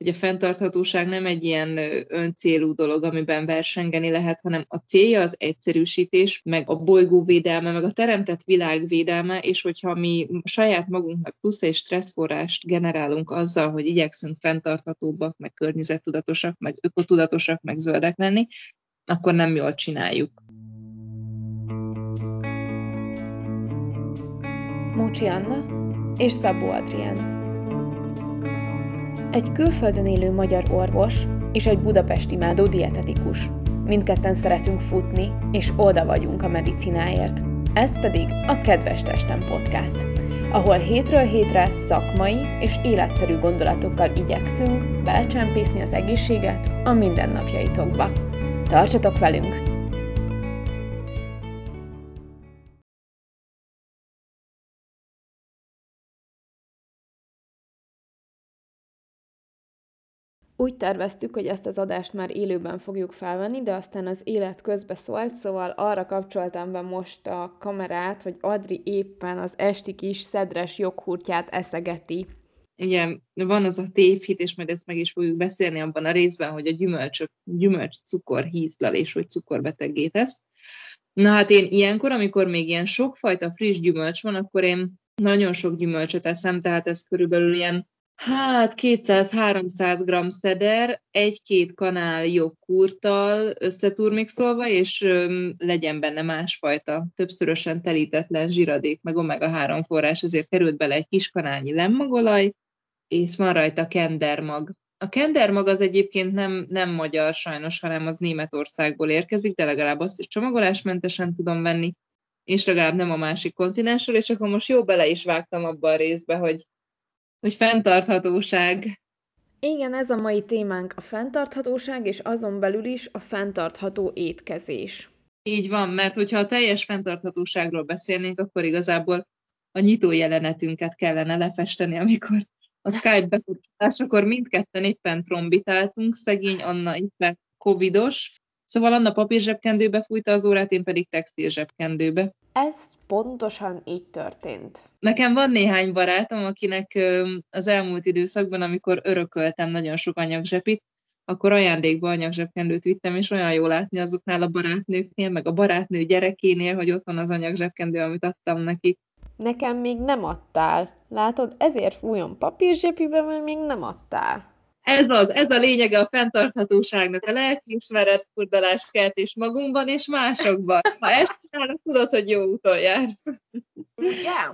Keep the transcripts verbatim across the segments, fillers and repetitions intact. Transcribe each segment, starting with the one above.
hogy a fenntarthatóság nem egy ilyen öncélú dolog, amiben versengeni lehet, hanem a célja az egyszerűsítés, meg a bolygó védelme, meg a teremtett világ védelme, és hogyha mi saját magunknak plusz és stresszforrást generálunk azzal, hogy igyekszünk fenntarthatóbbak, meg környezettudatosak, meg ökotudatosak, meg zöldek lenni, akkor nem jól csináljuk. Mócsi Anna és Szabó Adrián. Egy külföldön élő magyar orvos és egy Budapest imádó dietetikus. Mindketten szeretünk futni, és oda vagyunk a medicináért. Ez pedig a Kedves Testem Podcast, ahol hétről hétre szakmai és életszerű gondolatokkal igyekszünk belecsempészni az egészséget a mindennapjaitokba. Tartsatok velünk! Úgy terveztük, hogy ezt az adást már élőben fogjuk felvenni, de aztán az élet közbe szólt, szóval arra kapcsoltam be most a kamerát, hogy Adri éppen az esti kis szedres joghurtját eszegeti. Ugye van az a tévhit, és majd ezt meg is fogjuk beszélni abban a részben, hogy a gyümölcsök, gyümölcs cukor hízlal, és hogy cukorbeteggé tesz. Na hát én ilyenkor, amikor még ilyen sokfajta friss gyümölcs van, akkor én nagyon sok gyümölcsöt eszem, tehát ez körülbelül ilyen hát kétszáz-háromszáz gramm szeder, egy-két kanál joghurttal összeturmixolva, és öm, legyen benne másfajta, többszörösen telítetlen zsíradék, meg omega három forrás, ezért került bele egy kis kanálnyi lemmagolaj, és van rajta kendermag. A kendermag az egyébként nem, nem magyar sajnos, hanem az Németországból érkezik, de legalább azt is csomagolásmentesen tudom venni, és legalább nem a másik kontinensről, és akkor most jó bele is vágtam abba a részbe, hogy, hogy fenntarthatóság. Igen, ez a mai témánk a fenntarthatóság, és azon belül is a fenntartható étkezés. Így van, mert hogyha a teljes fenntarthatóságról beszélnénk, akkor igazából a nyitó jelenetünket kellene lefesteni, amikor a Skype bekapcsolásakor mindketten éppen trombitáltunk, szegény Anna éppen covidos, szóval Anna papírzsebkendőbe fújta az órát, én pedig textilzsebkendőbe. Ez pontosan így történt. Nekem van néhány barátom, akinek az elmúlt időszakban, amikor örököltem nagyon sok anyagzsepit, akkor ajándékba anyagzsebkendőt vittem, és olyan jó látni azoknál a barátnőknél, meg a barátnő gyerekénél, hogy ott van az anyagzsebkendő, amit adtam neki. Nekem még nem adtál. Látod, ezért fújom papírzsepibe, mert még nem adtál. Ez az, ez a lényege a fenntarthatóságnak, a lelkiismeret, furdalás keltés magunkban és másokban. Ha ezt csinálod, tudod, hogy jó úton jársz. Igen?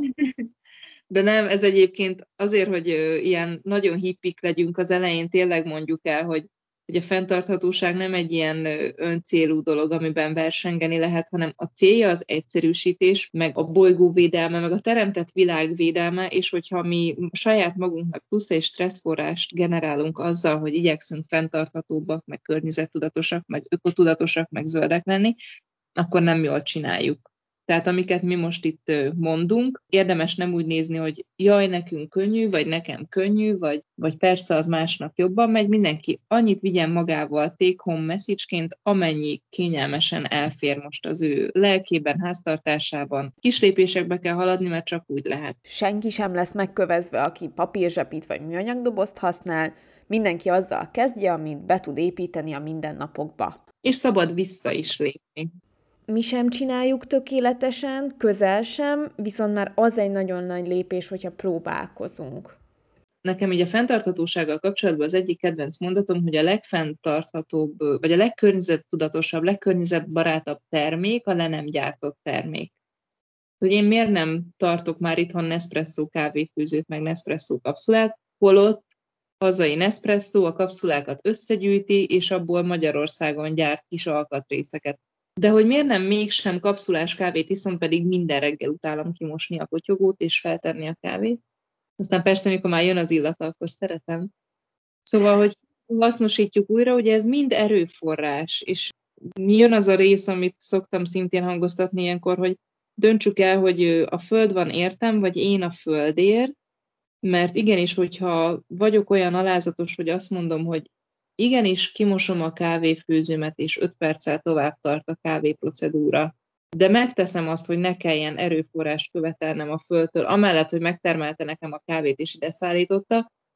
De nem, ez egyébként azért, hogy ilyen nagyon hippik legyünk az elején, tényleg mondjuk el, hogy, hogy a fenntarthatóság nem egy ilyen öncélú dolog, amiben versengeni lehet, hanem a célja az egyszerűsítés, meg a bolygó védelme, meg a teremtett világ védelme, és hogyha mi saját magunknak plusz és stresszforrást generálunk azzal, hogy igyekszünk fenntarthatóbbak, meg környezettudatosak, meg ökotudatosak, meg zöldek lenni, akkor nem jól csináljuk. Tehát amiket mi most itt mondunk, érdemes nem úgy nézni, hogy jaj, nekünk könnyű, vagy nekem könnyű, vagy, vagy persze az másnak jobban megy, mindenki annyit vigyen magával take-home message-ként, amennyi kényelmesen elfér most az ő lelkében, háztartásában. Kis lépésekbe kell haladni, mert csak úgy lehet. Senki sem lesz megkövezve, aki papírzsepit vagy műanyagdobozt használ, mindenki azzal kezdje, amit be tud építeni a mindennapokba. És szabad vissza is lépni. Mi sem csináljuk tökéletesen, közel sem, viszont már az egy nagyon nagy lépés, hogyha próbálkozunk. Nekem így a fenntarthatósággal kapcsolatban az egyik kedvenc mondatom, hogy a legfenntarthatóbb, vagy a legkörnyezettudatosabb, legkörnyezetbarátabb termék a le nem gyártott termék. Hogy én miért nem tartok már itthon Nespresso kávéfőzőt, meg Nespresso kapszulát, holott hazai Nespresso a kapszulákat összegyűjti, és abból Magyarországon gyárt kis alkatrészeket. De hogy miért nem mégsem kapszulás kávét iszom, pedig minden reggel utálom kimosni a kotyogót és feltenni a kávét. Aztán persze, amikor már jön az illata, akkor szeretem. Szóval, hogy hasznosítjuk újra, ugye ez mind erőforrás, és jön az a rész, amit szoktam szintén hangoztatni ilyenkor, hogy döntsük el, hogy a föld van értem, vagy én a földért, mert igenis, hogyha vagyok olyan alázatos, hogy azt mondom, hogy igenis kimosom a kávéfőzőmet, és öt perccel tovább tart a kávéprocedúra, de megteszem azt, hogy ne kelljen erőforrást követelnem a földtől, amellett, hogy megtermelte nekem a kávét és ide szállította,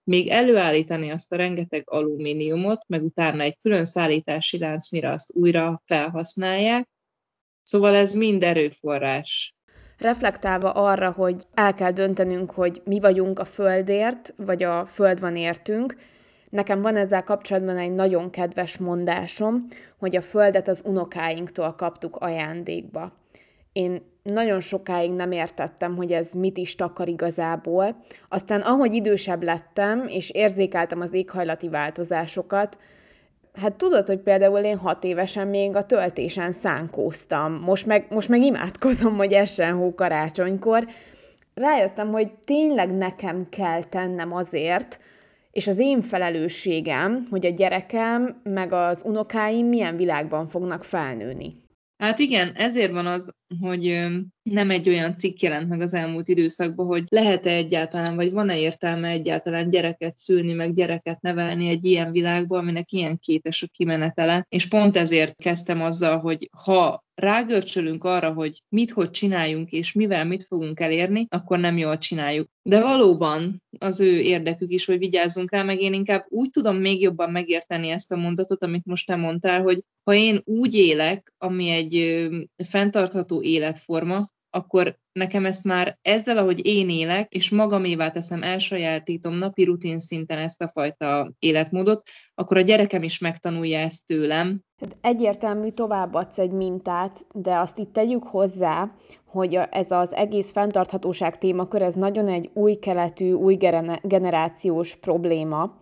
még előállítani azt a rengeteg alumíniumot, meg utána egy külön szállítási lánc, mire azt újra felhasználják. Szóval ez mind erőforrás. Reflektálva arra, hogy el kell döntenünk, hogy mi vagyunk a Földért, vagy a Föld van értünk, nekem van ezzel kapcsolatban egy nagyon kedves mondásom, hogy a Földet az unokáinktól kaptuk ajándékba. Én nagyon sokáig nem értettem, hogy ez mit is takar igazából. Aztán ahogy idősebb lettem, és érzékeltem az éghajlati változásokat, hát tudod, hogy például én hat évesen még a töltésen szánkóztam. Most meg, most meg imádkozom, hogy essen hó karácsonykor. Rájöttem, hogy tényleg nekem kell tennem azért, és az én felelősségem, hogy a gyerekem meg az unokáim milyen világban fognak felnőni. Hát igen, ezért van az, hogy nem egy olyan cikk jelent meg az elmúlt időszakban, hogy lehet-e egyáltalán, vagy van-e értelme egyáltalán gyereket szülni, meg gyereket nevelni egy ilyen világban, aminek ilyen kétes a kimenetele. És pont ezért kezdtem azzal, hogy ha rágörcsölünk arra, hogy mit, hogy csináljunk, és mivel mit fogunk elérni, akkor nem jól csináljuk. De valóban az ő érdekük is, hogy vigyázzunk rá, meg én inkább úgy tudom még jobban megérteni ezt a mondatot, amit most te mondtál, hogy ha én úgy élek, ami egy ö, fenntartható életforma, akkor nekem ezt már ezzel, ahogy én élek, és magamévá teszem, elsajátítom napi rutin szinten ezt a fajta életmódot, akkor a gyerekem is megtanulja ezt tőlem. Egyértelmű, továbbadsz egy mintát, de azt itt tegyük hozzá, hogy ez az egész fenntarthatóság témakör, ez nagyon egy új keletű, új generációs probléma,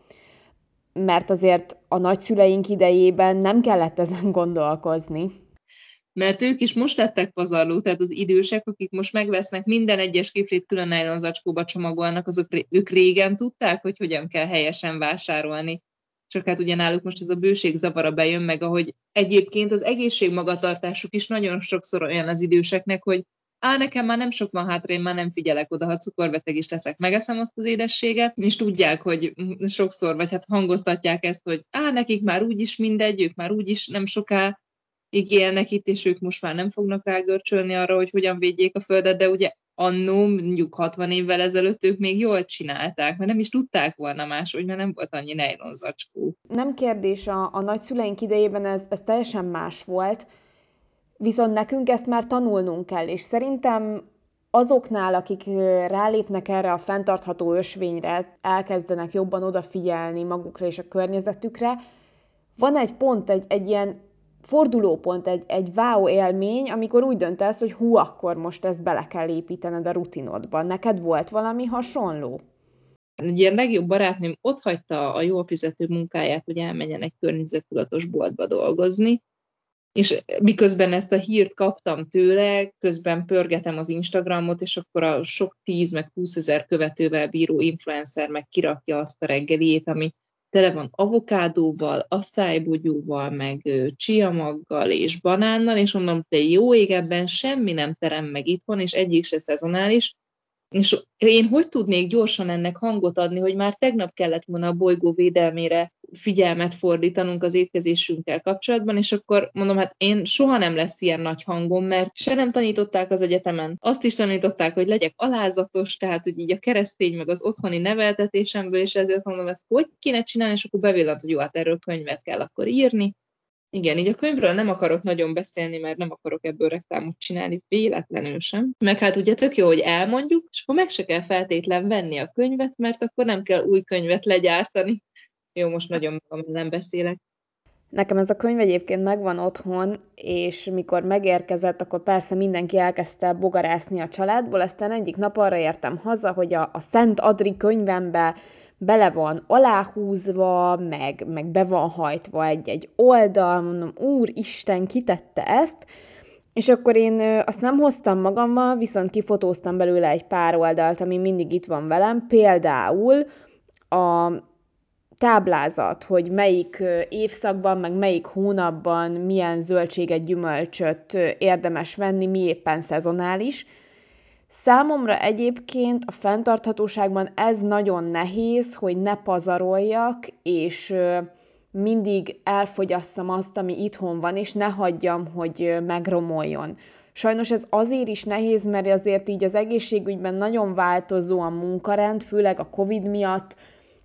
mert azért a nagyszüleink idejében nem kellett ezen gondolkozni. Mert ők is most lettek pazarlók, tehát az idősek, akik most megvesznek minden egyes kiflit külön nylon zacskóba csomagolnak, azok ők régen tudták, hogy hogyan kell helyesen vásárolni. Csak hát ugye náluk most ez a bőség zavara bejön meg, ahogy egyébként az egészségmagatartásuk is nagyon sokszor olyan az időseknek, hogy á, nekem már nem sok van hátra, én már nem figyelek oda, ha cukorbeteg is leszek, megeszem azt az édességet, és tudják, hogy sokszor, vagy hát hangoztatják ezt, hogy á, nekik már úgyis mindegy, ők már úgyis nem soká élnek itt, és ők most már nem fognak rágörcsölni arra, hogy hogyan védjék a földet, de ugye annó, mondjuk hatvan évvel ezelőtt ők még jól csinálták, mert nem is tudták volna máshogy, mert nem volt annyi nejlon zacskó. Nem kérdés, a, a nagyszüleink idejében ez, ez teljesen más volt, viszont nekünk ezt már tanulnunk kell, és szerintem azoknál, akik rálépnek erre a fenntartható ösvényre, elkezdenek jobban odafigyelni magukra és a környezetükre, van egy pont, egy, egy ilyen fordulópont, egy, egy wow élmény, amikor úgy döntesz, hogy hú, akkor most ezt bele kell építened a rutinodba. Neked volt valami hasonló? Egy ilyen legjobb barátnőm ott hagyta a jól fizető munkáját, hogy elmenjen egy környezettudatos boltba dolgozni, és miközben ezt a hírt kaptam tőle, közben pörgetem az Instagramot, és akkor a sok tíz meg húszezer követővel bíró influencer meg kirakja azt a reggeliét, ami tele van avokádóval, aszálybogyóval, meg csiamaggal és banánnal, és mondom, te jó ég, ebben semmi nem terem meg itthon, és egyik se szezonális, és én hogy tudnék gyorsan ennek hangot adni, hogy már tegnap kellett volna a bolygó védelmére figyelmet fordítanunk az étkezésünkkel kapcsolatban, és akkor mondom, hát én soha nem lesz ilyen nagy hangom, mert se nem tanították az egyetemen. Azt is tanították, hogy legyek alázatos, tehát hogy így a keresztény, meg az otthoni neveltetésemből, és ezért mondom, ezt hogy kéne csinálni, és akkor bevillant, hogy jó, hát erről könyvet kell akkor írni. Igen, így a könyvről nem akarok nagyon beszélni, mert nem akarok ebből reklámot csinálni, véletlenül sem. Meg hát ugye tök jó, hogy elmondjuk, és akkor meg se kell feltétlen venni a könyvet, mert akkor nem kell új könyvet legyártani. Jó, most nagyon magam nem beszélek. Nekem ez a könyv egyébként megvan otthon, és mikor megérkezett, akkor persze mindenki elkezdte bogarászni a családból, aztán egyik nap arra értem haza, hogy a, a Szent Adri könyvembe bele van aláhúzva, meg, meg be van hajtva egy-egy oldal, mondom, úristen, kitette ezt, és akkor én azt nem hoztam magammal, viszont kifotóztam belőle egy pár oldalt, ami mindig itt van velem, például a táblázat, hogy melyik évszakban, meg melyik hónapban milyen zöldséget, gyümölcsöt érdemes venni, mi éppen szezonális. Számomra egyébként a fenntarthatóságban ez nagyon nehéz, hogy ne pazaroljak, és mindig elfogyasszam azt, ami itthon van, és ne hagyjam, hogy megromoljon. Sajnos ez azért is nehéz, mert azért így az egészségügyben nagyon változó a munkarend, főleg a Covid miatt,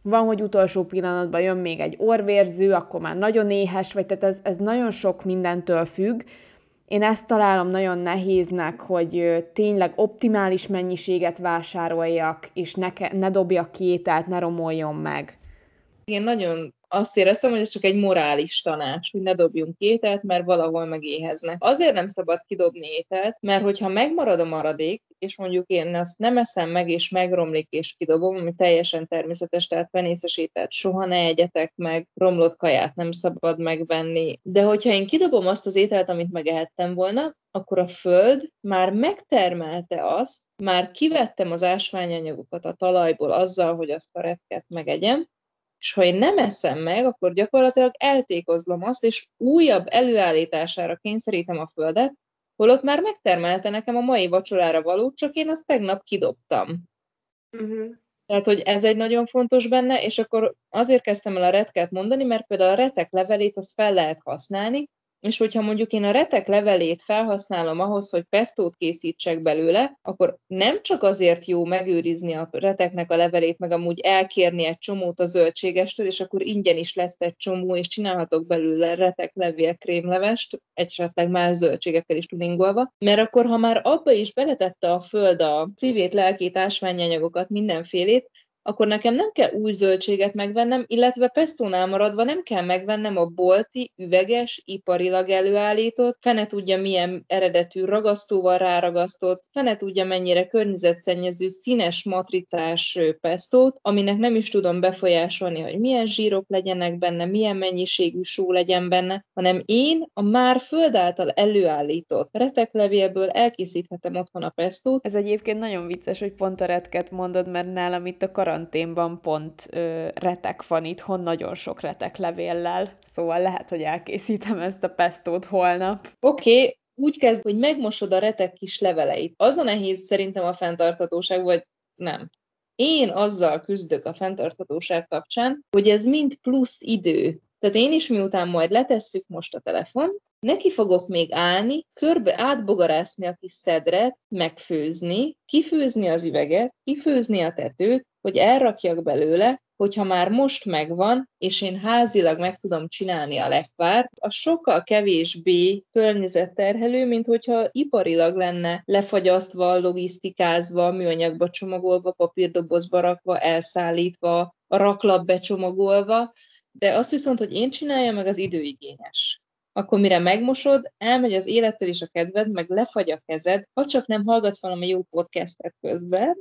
Van, hogy utolsó pillanatban jön még egy orrvérző, akkor már nagyon éhes vagy, tehát ez, ez nagyon sok mindentől függ. Én ezt találom nagyon nehéznek, hogy tényleg optimális mennyiséget vásároljak, és ne, ne dobjak ki ételt, ne romoljon meg. Én nagyon azt éreztem, hogy ez csak egy morális tanács, hogy ne dobjunk ételt, mert valahol megéheznek. Azért nem szabad kidobni ételt, mert hogyha megmarad a maradék, és mondjuk én azt nem eszem meg, és megromlik, és kidobom, ami teljesen természetes, tehát penészes ételt soha ne egyetek meg, romlott kaját nem szabad megvenni. De hogyha én kidobom azt az ételt, amit megehettem volna, akkor a föld már megtermelte azt, már kivettem az ásványanyagokat a talajból azzal, hogy azt a retket megegyem, és ha én nem eszem meg, akkor gyakorlatilag eltékozlom azt, és újabb előállítására kényszerítem a földet, holott már megtermelte nekem a mai vacsorára valót, csak én azt tegnap kidobtam. Uh-huh. Tehát, hogy ez egy nagyon fontos benne, és akkor azért kezdtem el a retket mondani, mert például a retek levelét azt fel lehet használni, és hogyha mondjuk én a retek levelét felhasználom ahhoz, hogy pestót készítsek belőle, akkor nem csak azért jó megőrizni a reteknek a levelét, meg amúgy elkérni egy csomót a zöldségestől, és akkor ingyen is lesz egy csomó, és csinálhatok belőle retek levél krémlevest, esetleg más zöldségekkel is tudingolva, mert akkor, ha már abba is beletette a föld a privét lelkét, ásványanyagokat, mindenfélét, akkor nekem nem kell új zöldséget megvennem, illetve pestónál maradva nem kell megvennem a bolti, üveges, iparilag előállított, fene tudja milyen eredetű ragasztóval ráragasztott, fene tudja mennyire környezetszennyező színes matricás pestót, aminek nem is tudom befolyásolni, hogy milyen zsírok legyenek benne, milyen mennyiségű só legyen benne, hanem én a már föld által előállított reteklevélből elkészíthetem otthon a pestót. Ez egyébként nagyon vicces, hogy pont a retket mondod, mert nálam itt a karanténban pont ö, retek van itthon, nagyon sok retek levéllel, szóval lehet, hogy elkészítem ezt a pestót holnap. Oké, okay. Úgy kezd, hogy megmosod a retek kis leveleit. Az a nehéz szerintem a fenntarthatóság, vagy nem. Én azzal küzdök a fenntarthatóság kapcsán, hogy ez mind plusz idő. Tehát én is miután majd letesszük most a telefont, neki fogok még állni, körbe átbogarászni a kis szedret, megfőzni, kifőzni az üveget, kifőzni a tetőt, hogy elrakjak belőle, hogyha már most megvan, és én házilag meg tudom csinálni a lekvárt, az sokkal kevésbé környezetterhelő, mint hogyha iparilag lenne lefagyasztva, logisztikázva, műanyagba csomagolva, papírdobozba rakva, elszállítva, a raklap becsomagolva, de az viszont, hogy én csináljam, meg az időigényes. Akkor mire megmosod, elmegy az élettől is a kedved, meg lefagy a kezed, ha csak nem hallgatsz valami jó podcastet közben.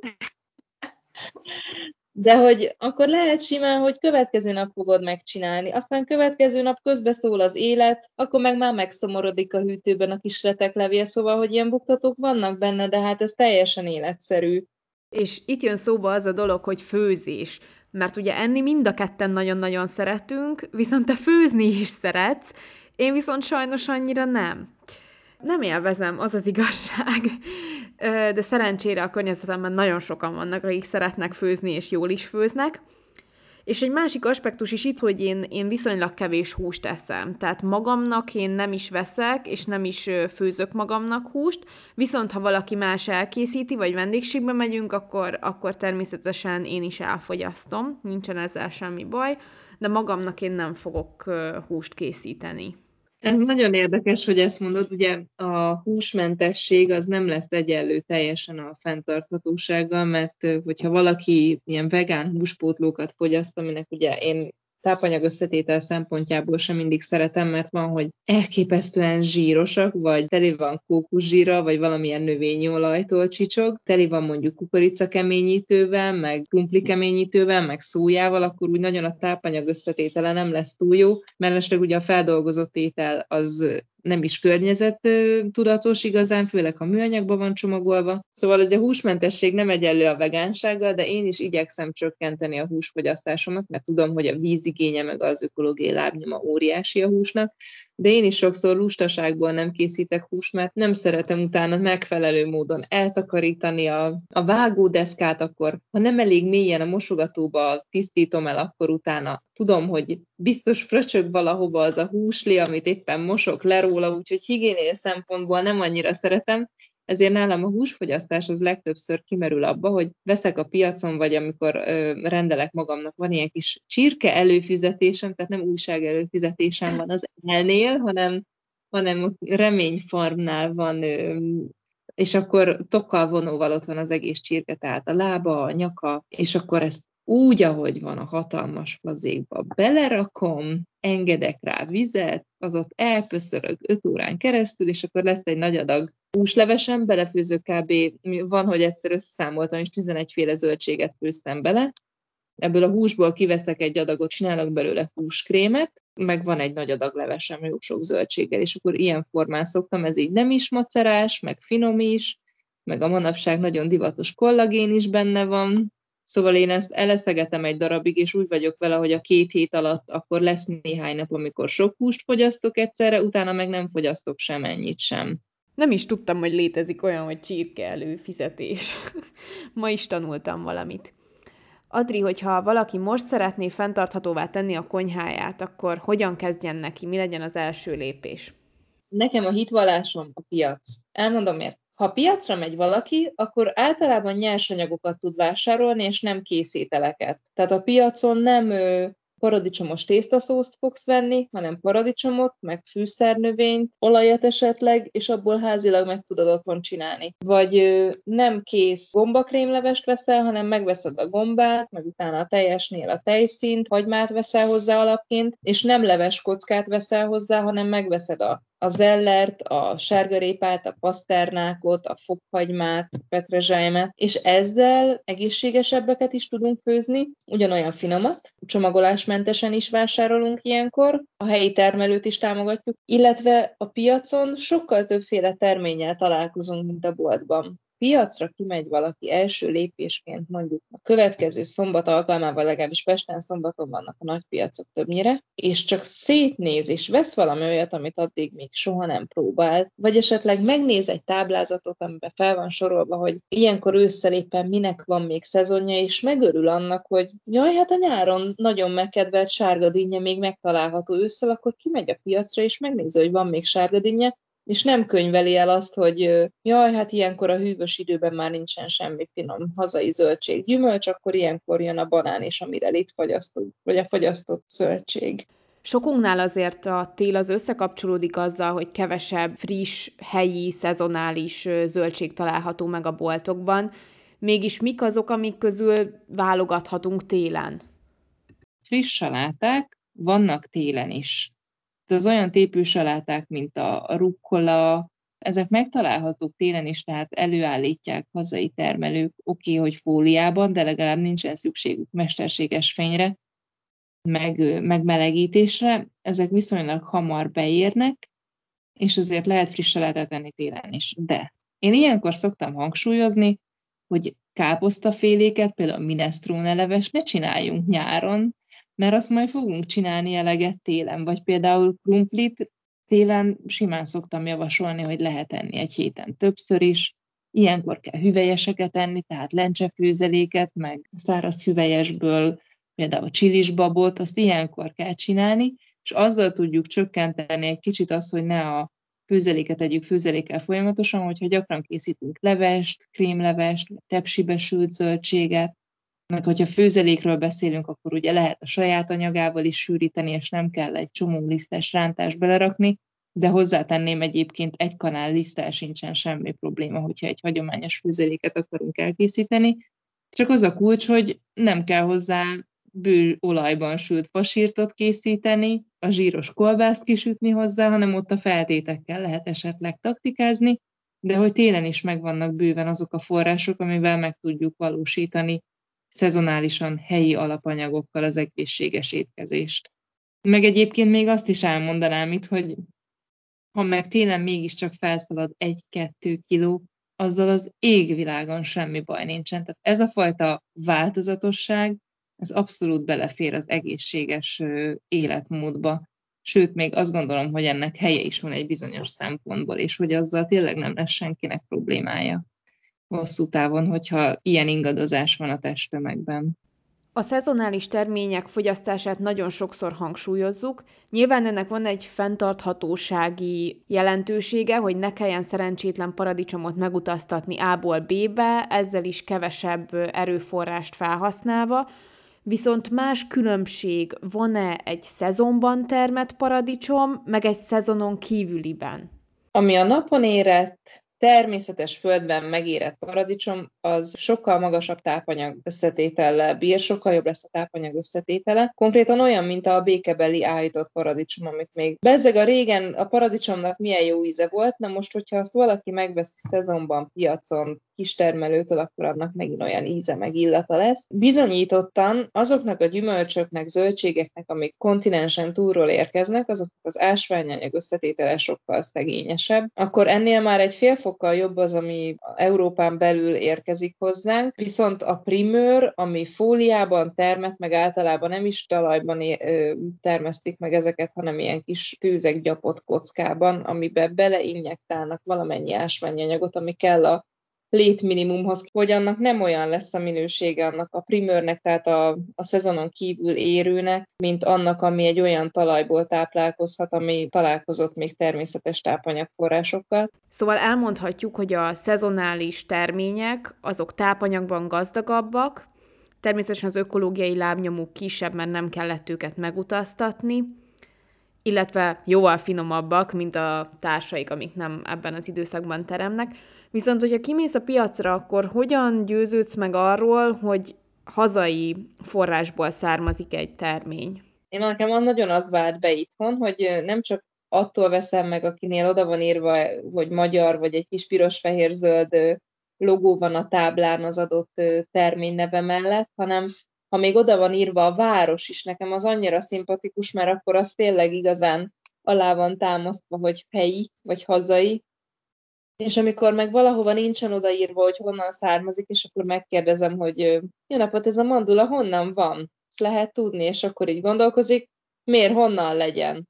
De hogy akkor lehet simán, hogy következő nap fogod megcsinálni, aztán következő nap közbeszól az élet, akkor meg már megszomorodik a hűtőben a kis reteklevél, szóval, hogy ilyen buktatók vannak benne, de hát ez teljesen életszerű. És itt jön szóba az a dolog, hogy főzés. Mert ugye enni mind a ketten nagyon-nagyon szeretünk, viszont te főzni is szeretsz, én viszont sajnos annyira nem. Nem élvezem, az az igazság. De szerencsére a környezetemben nagyon sokan vannak, akik szeretnek főzni, és jól is főznek. És egy másik aspektus is itt, hogy én, én viszonylag kevés húst eszem. Tehát magamnak én nem is veszek, és nem is főzök magamnak húst, viszont ha valaki más elkészíti, vagy vendégségbe megyünk, akkor, akkor természetesen én is elfogyasztom, nincsen ezzel semmi baj, de magamnak én nem fogok húst készíteni. Ez nagyon érdekes, hogy ezt mondod, ugye a húsmentesség az nem lesz egyenlő teljesen a fenntarthatósággal, mert hogyha valaki ilyen vegán húspótlókat fogyaszt, aminek ugye én tápanyag összetétel szempontjából sem mindig szeretem, mert van, hogy elképesztően zsírosak, vagy teli van kókuszsírral, vagy valamilyen növényi olajtól csicsog, teli van mondjuk kukoricakeményítővel, meg krumplikeményítővel, meg szójával, akkor úgy nagyon a tápanyag összetétele nem lesz túl jó, mellesleg ugye a feldolgozott étel az nem is környezettudatos igazán, főleg ha műanyagban van csomagolva. Szóval ugye a húsmentesség nem egyenlő a vegánsággal, de én is igyekszem csökkenteni a húsfogyasztásomat, mert tudom, hogy a vízigénye meg az ökológiai lábnyoma óriási a húsnak, de én is sokszor lustaságból nem készítek húst, mert nem szeretem utána megfelelő módon eltakarítani a, a vágódeszkát, akkor ha nem elég mélyen a mosogatóba tisztítom el, akkor utána tudom, hogy biztos fröcsög valahova az a húslé, amit éppen mosok le róla, úgyhogy higiéniai szempontból nem annyira szeretem, ezért nálam a húsfogyasztás az legtöbbször kimerül abba, hogy veszek a piacon, vagy amikor ö, rendelek magamnak, van ilyen kis csirke előfizetésem, tehát nem újság előfizetésem van az elnél, hanem, hanem a reményfarmnál van, ö, és akkor tokkal vonóval ott van az egész csirke, tehát a lába, a nyaka, és akkor ezt úgy, ahogy van a hatalmas fazékba, belerakom, engedek rá vizet, az ott elpöszörög öt órán keresztül, és akkor lesz egy nagy adag húslevesem, belefőzök kb. Van, hogy egyszer összeszámoltam, és tizenegy féle zöldséget főztem bele, ebből a húsból kiveszek egy adagot, csinálok belőle húskrémet, meg van egy nagy adag levesem, jó sok zöldséggel, és akkor ilyen formán szoktam, ez így nem is macerás, meg finom is, meg a manapság nagyon divatos kollagén is benne van, szóval én ezt eleszegetem egy darabig, és úgy vagyok vele, hogy a két hét alatt akkor lesz néhány nap, amikor sok húst fogyasztok egyszerre, utána meg nem fogyasztok semennyit sem. Nem is tudtam, hogy létezik olyan, hogy csirke előfizetés. Ma is tanultam valamit. Adri, hogyha valaki most szeretné fenntarthatóvá tenni a konyháját, akkor hogyan kezdjen neki? Mi legyen az első lépés? Nekem a hitvallásom a piac. Elmondom miért. Ha piacra megy valaki, akkor általában nyersanyagokat tud vásárolni, és nem készételeket. Tehát a piacon nem ö, paradicsomos tésztaszószt fogsz venni, hanem paradicsomot, meg fűszernövényt, olajat esetleg, és abból házilag meg tudod otthon csinálni. Vagy ö, nem kész gombakrémlevest veszel, hanem megveszed a gombát, meg utána a teljesnél a tejszínt, hagymát veszel hozzá alapként, és nem leves kockát veszel hozzá, hanem megveszed a a zellert, a sárgarépát, a paszternákot, a fokhagymát, a petrezselymet, és ezzel egészségesebbeket is tudunk főzni, ugyanolyan finomat, csomagolásmentesen is vásárolunk ilyenkor, a helyi termelőt is támogatjuk, illetve a piacon sokkal többféle terménnyel találkozunk, mint a boltban. Piacra kimegy valaki első lépésként mondjuk a következő szombat alkalmával, legalábbis Pesten szombaton vannak a nagypiacok többnyire, és csak szétnéz és vesz valami olyat, amit addig még soha nem próbált, vagy esetleg megnéz egy táblázatot, amiben fel van sorolva, hogy ilyenkor ősszel éppen minek van még szezonja, és megörül annak, hogy jaj, hát a nyáron nagyon megkedvelt sárgadínnye még megtalálható ősszel, akkor kimegy a piacra, és megnézi, hogy van még sárgadínnye, és nem könyveli el azt, hogy jaj, hát ilyenkor a hűvös időben már nincsen semmi finom hazai zöldség, gyümölcs, akkor ilyenkor jön a banán és a mirelit fagyasztott, vagy a fagyasztott zöldség. Sokunknál azért a tél az összekapcsolódik azzal, hogy kevesebb friss, helyi, szezonális zöldség található meg a boltokban. Mégis mik azok, amik közül válogathatunk télen? Friss saláták vannak télen is. Az olyan tépű saláták, mint a rukkola, ezek megtalálhatók télen is, tehát előállítják hazai termelők, oké, okay, hogy fóliában, de legalább nincsen szükségük mesterséges fényre, meg megmelegítésre. Ezek viszonylag hamar beérnek, és azért lehet friss salátát enni télen is. De én ilyenkor szoktam hangsúlyozni, hogy káposztaféléket, például minestrone leves ne csináljunk nyáron, mert azt majd fogunk csinálni eleget télen, vagy például krumplit télen simán szoktam javasolni, hogy lehet enni egy héten többször is. Ilyenkor kell hüvelyeseket enni, tehát lencsefőzeléket, meg száraz hüvelyesből, például csilisbabot, azt ilyenkor kell csinálni, és azzal tudjuk csökkenteni egy kicsit azt, hogy ne a főzeléket tegyük főzelékkel folyamatosan, hogyha gyakran készítünk levest, krémlevest, vagy tepsibe sült zöldséget, meg hogyha főzelékről beszélünk, akkor ugye lehet a saját anyagával is sűríteni, és nem kell egy csomó lisztes rántást belerakni, de hozzátenném egyébként egy kanál liszttel sincsen semmi probléma, hogyha egy hagyományos főzeléket akarunk elkészíteni. Csak az a kulcs, hogy nem kell hozzá bő olajban sült fasírtot készíteni, a zsíros kolbászt kisütni hozzá, hanem ott a feltétekkel lehet esetleg taktikázni, de hogy télen is megvannak bőven azok a források, amivel meg tudjuk valósítani szezonálisan helyi alapanyagokkal az egészséges étkezést. Meg egyébként még azt is elmondanám itt, hogy ha meg télen mégiscsak felszalad egy-kettő kiló, azzal az égvilágon semmi baj nincsen. Tehát ez a fajta változatosság, ez abszolút belefér az egészséges életmódba. Sőt, még azt gondolom, hogy ennek helye is van egy bizonyos szempontból, és hogy azzal tényleg nem lesz senkinek problémája hosszú távon, hogyha ilyen ingadozás van a testtömegben. A szezonális termények fogyasztását nagyon sokszor hangsúlyozzuk. Nyilván ennek van egy fenntarthatósági jelentősége, hogy ne kelljen szerencsétlen paradicsomot megutaztatni A-ból B-be, ezzel is kevesebb erőforrást felhasználva. Viszont más különbség van-e egy szezonban termett paradicsom, meg egy szezonon kívüliben? Ami a napon érett, természetes földben megérett paradicsom, az sokkal magasabb tápanyag összetétellel bír, sokkal jobb lesz a tápanyag összetétele. Konkrétan olyan, mint a békebeli áhított paradicsom, amit még bezzeg a régen a paradicsomnak milyen jó íze volt, na most, hogyha azt valaki megveszi szezonban, piacon, kistermelőtől, akkor annak megint olyan íze meg illata lesz. Bizonyítottan azoknak a gyümölcsöknek, zöldségeknek, amik kontinensen túlról érkeznek, azoknak az ásványanyag összetétele sokkal szegényesebb. Akkor ennél már egy fél fokkal jobb az, ami Európán belül érkezik hozzánk, viszont a primőr, ami fóliában termett, meg általában nem is talajban termesztik meg ezeket, hanem ilyen kis tőzek gyapott kockában, amiben beleinjektálnak valamennyi ásványanyagot, ami kell a létminimumhoz, hogy annak nem olyan lesz a minősége annak a primőrnek, tehát a, a szezonon kívül érőnek, mint annak, ami egy olyan talajból táplálkozhat, ami találkozott még természetes tápanyagforrásokkal. Szóval elmondhatjuk, hogy a szezonális termények azok tápanyagban gazdagabbak, természetesen az ökológiai lábnyomuk kisebb, mert nem kellett őket megutaztatni, illetve jóval finomabbak, mint a társaik, amik nem ebben az időszakban teremnek. Viszont, hogyha kimész a piacra, akkor hogyan győződsz meg arról, hogy hazai forrásból származik egy termény? Én nekem nagyon az vált be itthon, hogy nem csak attól veszem meg, akinél oda van írva, hogy magyar, vagy egy kis piros-fehér-zöld logó van a táblán az adott termény neve mellett, hanem ha még oda van írva a város is, nekem az annyira szimpatikus, mert akkor az tényleg igazán alá van támasztva, hogy helyi, vagy hazai. És amikor meg valahova nincsen odaírva, hogy honnan származik, és akkor megkérdezem, hogy jó napot, ez a mandula honnan van? Ezt lehet tudni, és akkor így gondolkozik, miért, honnan legyen?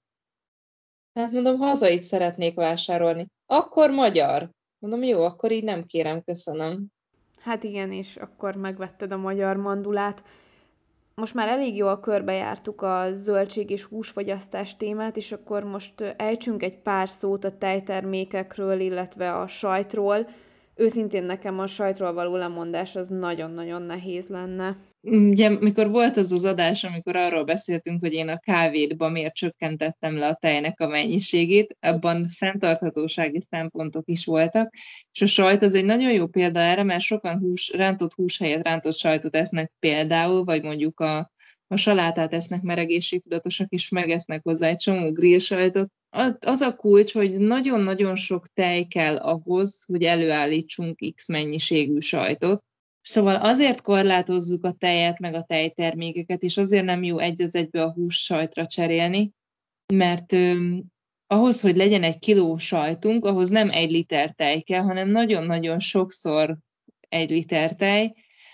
Hát mondom, hazait szeretnék vásárolni. Akkor magyar. Mondom, jó, akkor így nem kérem, köszönöm. Hát igen, és akkor megvetted a magyar mandulát. Most már elég jól körbejártuk a zöldség és húsfogyasztás témát, és akkor most ejtsünk egy pár szót a tejtermékekről, illetve a sajtról. Őszintén nekem a sajtról való lemondás az nagyon-nagyon nehéz lenne. Ugye, mikor volt az az adás, amikor arról beszéltünk, hogy én a kávédba miért csökkentettem le a tejnek a mennyiségét, abban fenntarthatósági szempontok is voltak, és a sajt az egy nagyon jó példa erre, mert sokan hús, rántott hús helyett rántott sajtot esznek például, vagy mondjuk a, a salátát esznek, mert egészségtudatosak is megesznek hozzá egy csomó grill sajtot. Az a kulcs, hogy nagyon-nagyon sok tej kell ahhoz, hogy előállítsunk X mennyiségű sajtot. Szóval azért korlátozzuk a tejet, meg a tejtermékeket, és azért nem jó egy az egybe a hússajtra cserélni, mert ö, ahhoz, hogy legyen egy kiló sajtunk, ahhoz nem egy liter tej kell, hanem nagyon-nagyon sokszor egy liter tej,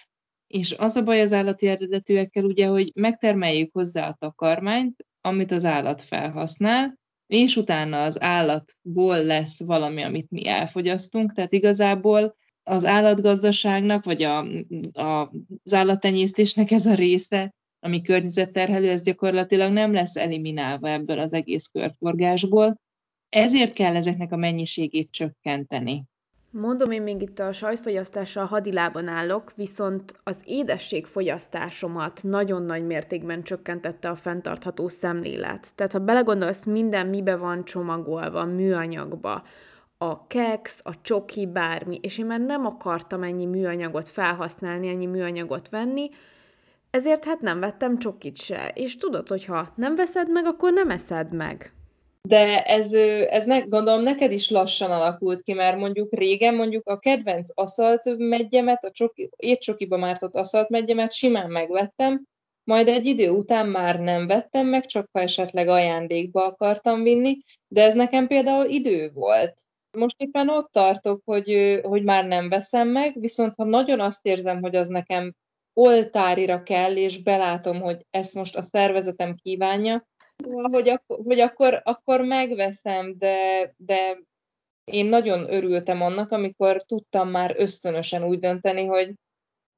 és az a baj az állati eredetűekkel ugye, hogy megtermeljük hozzá a takarmányt, amit az állat felhasznál, és utána az állatból lesz valami, amit mi elfogyasztunk, tehát igazából az állatgazdaságnak, vagy a, a, az állattenyésztésnek ez a része, ami környezetterhelő, ez gyakorlatilag nem lesz eliminálva ebből az egész körforgásból. Ezért kell ezeknek a mennyiségét csökkenteni. Mondom, én még itt a sajtfogyasztással hadilában állok, viszont az édességfogyasztásomat nagyon nagy mértékben csökkentette a fenntartható szemlélet. Tehát ha belegondolsz, minden mibe van csomagolva, műanyagba, a keksz, a csoki, bármi, és én már nem akartam ennyi műanyagot felhasználni, ennyi műanyagot venni, ezért hát nem vettem csokit se. És tudod, hogy ha nem veszed meg, akkor nem eszed meg. De ez, ez ne, gondolom neked is lassan alakult ki, mert mondjuk régen mondjuk a kedvenc aszalt meggyemet, a csoki, étcsokiba mártott aszalt meggyemet simán megvettem, majd egy idő után már nem vettem meg, csak ha esetleg ajándékba akartam vinni, de ez nekem például idő volt. Most éppen ott tartok, hogy, hogy már nem veszem meg, viszont ha nagyon azt érzem, hogy az nekem oltárira kell, és belátom, hogy ezt most a szervezetem kívánja, hogy, akkor, hogy akkor, akkor megveszem, de, de én nagyon örültem annak, amikor tudtam már ösztönösen úgy dönteni, hogy,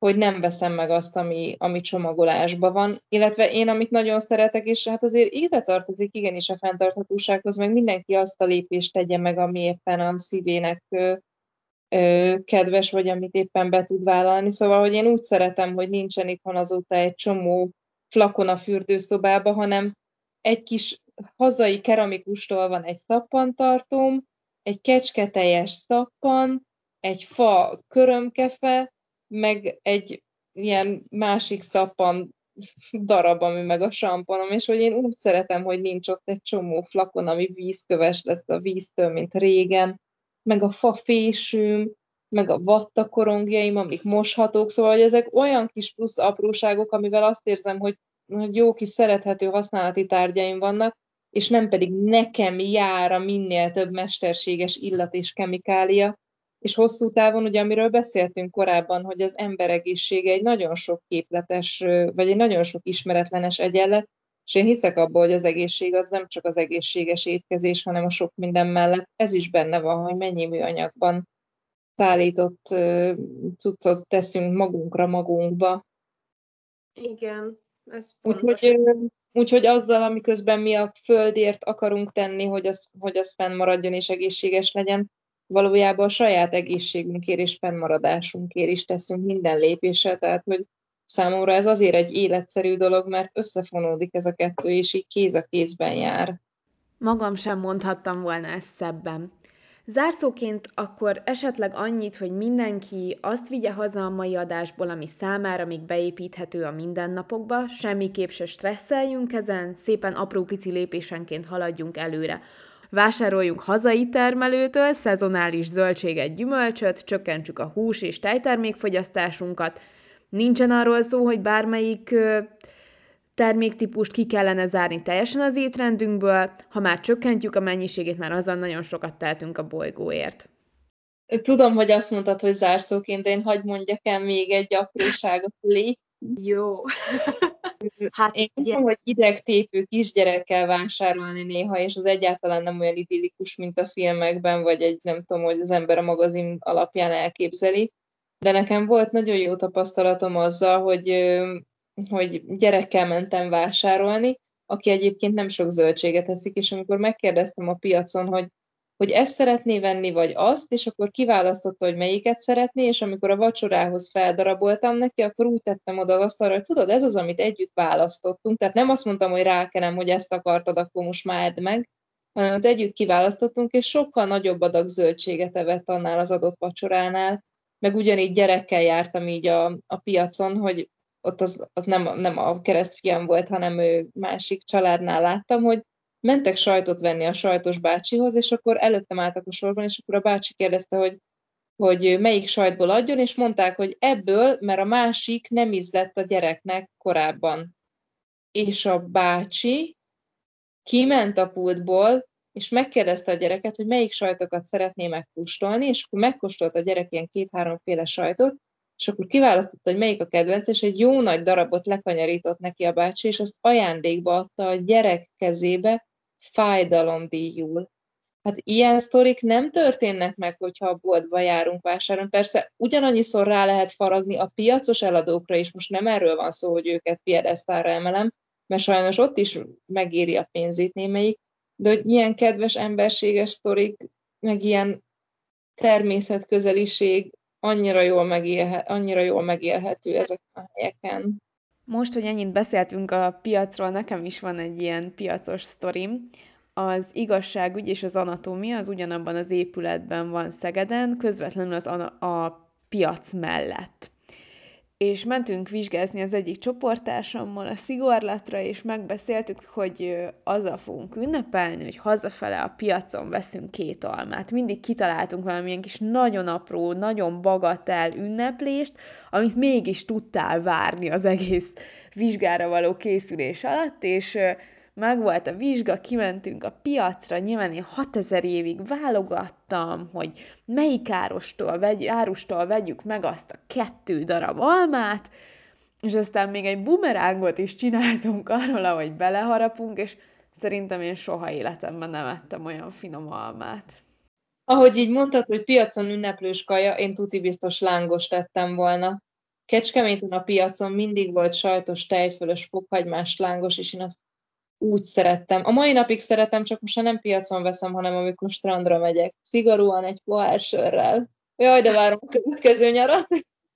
hogy nem veszem meg azt, ami, ami csomagolásban van. Illetve én, amit nagyon szeretek, és hát azért ide tartozik igenis a fenntarthatósághoz, meg mindenki azt a lépést tegye meg, ami éppen a szívének ö, ö, kedves, vagy amit éppen be tud vállalni. Szóval, hogy én úgy szeretem, hogy nincsen itthon azóta egy csomó flakon a fürdőszobába, hanem egy kis hazai keramikustól van egy szappantartóm, egy kecsketeljes szappan, egy fa körömkefe, meg egy ilyen másik szappan darab, ami meg a samponom, és hogy én úgy szeretem, hogy nincs ott egy csomó flakon, ami vízköves lesz a víztől, mint régen, meg a fa fésűm, meg a vattakorongjaim, amik moshatók, szóval hogy ezek olyan kis plusz apróságok, amivel azt érzem, hogy, hogy jó kis szerethető használati tárgyaim vannak, és nem pedig nekem jár a minél több mesterséges illat és kemikália, és hosszú távon, ugye amiről beszéltünk korábban, hogy az ember egészsége egy nagyon sok képletes, vagy egy nagyon sok ismeretlenes egyenlet, és én hiszek abban, hogy az egészség az nem csak az egészséges étkezés, hanem a sok minden mellett. Ez is benne van, hogy mennyi műanyagban szállított cuccot teszünk magunkra, magunkba. Igen, ez pontos. Úgyhogy, úgyhogy azzal, amiközben mi a földért akarunk tenni, hogy az, hogy az fennmaradjon és egészséges legyen, valójában a saját egészségünkért és fennmaradásunkért is teszünk minden lépésre, tehát hogy számomra ez azért egy életszerű dolog, mert összefonódik ez a kettő, és így kéz a kézben jár. Magam sem mondhattam volna ezt szebben. Zárszóként akkor esetleg annyit, hogy mindenki azt vigye haza a mai adásból, ami számára még beépíthető a mindennapokba, semmiképp se stresszeljünk ezen, szépen apró pici lépésenként haladjunk előre. Vásároljunk hazai termelőtől szezonális zöldséget, gyümölcsöt, csökkentsük a hús- és tejtermékfogyasztásunkat. Nincsen arról szó, hogy bármelyik terméktípust ki kellene zárni teljesen az étrendünkből, ha már csökkentjük a mennyiségét, már azzal nagyon sokat tehetünk a bolygóért. Tudom, hogy azt mondtad, hogy zárszóként, de én hadd mondjak el még egy apróságot, légy. Jó. Hát, Én ugye... tudom, hogy idegtépő kisgyerekkel vásárolni néha, és az egyáltalán nem olyan idillikus, mint a filmekben, vagy egy nem tudom, hogy az ember a magazin alapján elképzeli. De nekem volt nagyon jó tapasztalatom azzal, hogy, hogy gyerekkel mentem vásárolni, aki egyébként nem sok zöldséget eszik, és amikor megkérdeztem a piacon, hogy hogy ezt szeretné venni, vagy azt, és akkor kiválasztotta, hogy melyiket szeretné, és amikor a vacsorához feldaraboltam neki, akkor úgy tettem oda az asztalra, hogy tudod, ez az, amit együtt választottunk, tehát nem azt mondtam, hogy rákenem, hogy ezt akartad, akkor most már edd meg, hanem hogy együtt kiválasztottunk, és sokkal nagyobb adag zöldséget evett annál az adott vacsoránál, meg ugyanígy gyerekkel jártam így a, a piacon, hogy ott az, az nem, nem a keresztfiam volt, hanem ő másik családnál láttam, hogy mentek sajtot venni a sajtos bácsihoz, és akkor előttem álltak a sorban, és akkor a bácsi kérdezte, hogy, hogy melyik sajtból adjon, és mondták, hogy ebből, mert a másik nem ízlett a gyereknek korábban. És a bácsi kiment a pultból, és megkérdezte a gyereket, hogy melyik sajtokat szeretné megkóstolni, és akkor megkóstolta a gyerek ilyen két-háromféle sajtot, és akkor kiválasztotta, hogy melyik a kedvenc, és egy jó nagy darabot lekanyarított neki a bácsi, és azt ajándékba adta a gyerek kezébe fájdalomdíjul. Hát ilyen sztorik nem történnek meg, hogyha a boltba járunk vásárolni. Persze ugyanannyiszor rá lehet faragni a piacos eladókra is, most nem erről van szó, hogy őket piedesztálra emelem, mert sajnos ott is megéri a pénzét némelyik, de hogy milyen kedves emberséges sztorik, meg ilyen természetközeliség annyira jól, megélhe, annyira jól megélhető ezeken a helyeken. Most, hogy ennyit beszéltünk a piacról, nekem is van egy ilyen piacos sztorim. Az igazságügy és az anatómia az ugyanabban az épületben van Szegeden, közvetlenül az a piac mellett. És mentünk vizsgázni az egyik csoporttársammal a szigorlatra, és megbeszéltük, hogy azzal fogunk ünnepelni, hogy hazafele a piacon veszünk két almát. Mindig kitaláltunk valamilyen kis nagyon apró, nagyon bagatel ünneplést, amit mégis tudtál várni az egész vizsgára való készülés alatt, és megvolt a vizsga, kimentünk a piacra, nyilván én hatezer évig válogattam, hogy melyik árustól, vegy, árustól vegyük meg azt a kettő darab almát, és aztán még egy bumerángot is csináltunk arról, ahogy beleharapunk, és szerintem én soha életemben nem ettem olyan finom almát. Ahogy így mondtad, hogy piacon ünneplős kaja, én tuti biztos lángos tettem volna. Kecskeméten a piacon mindig volt sajtos, tejfölös, fokhagymás, lángos, és én azt úgy szerettem. A mai napig szeretem, csak most nem piacon veszem, hanem amikor strandra megyek. Szigorúan egy pohár sörrel. Jaj, de várom a következő nyarat.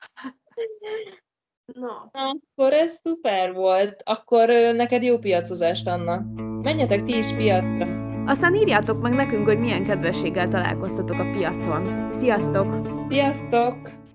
No. Na, akkor ez szuper volt. Akkor ö, neked jó piacozást, Anna. Menjetek ti is piacra. Aztán írjátok meg nekünk, hogy milyen kedvességgel találkoztatok a piacon. Sziasztok! Sziasztok!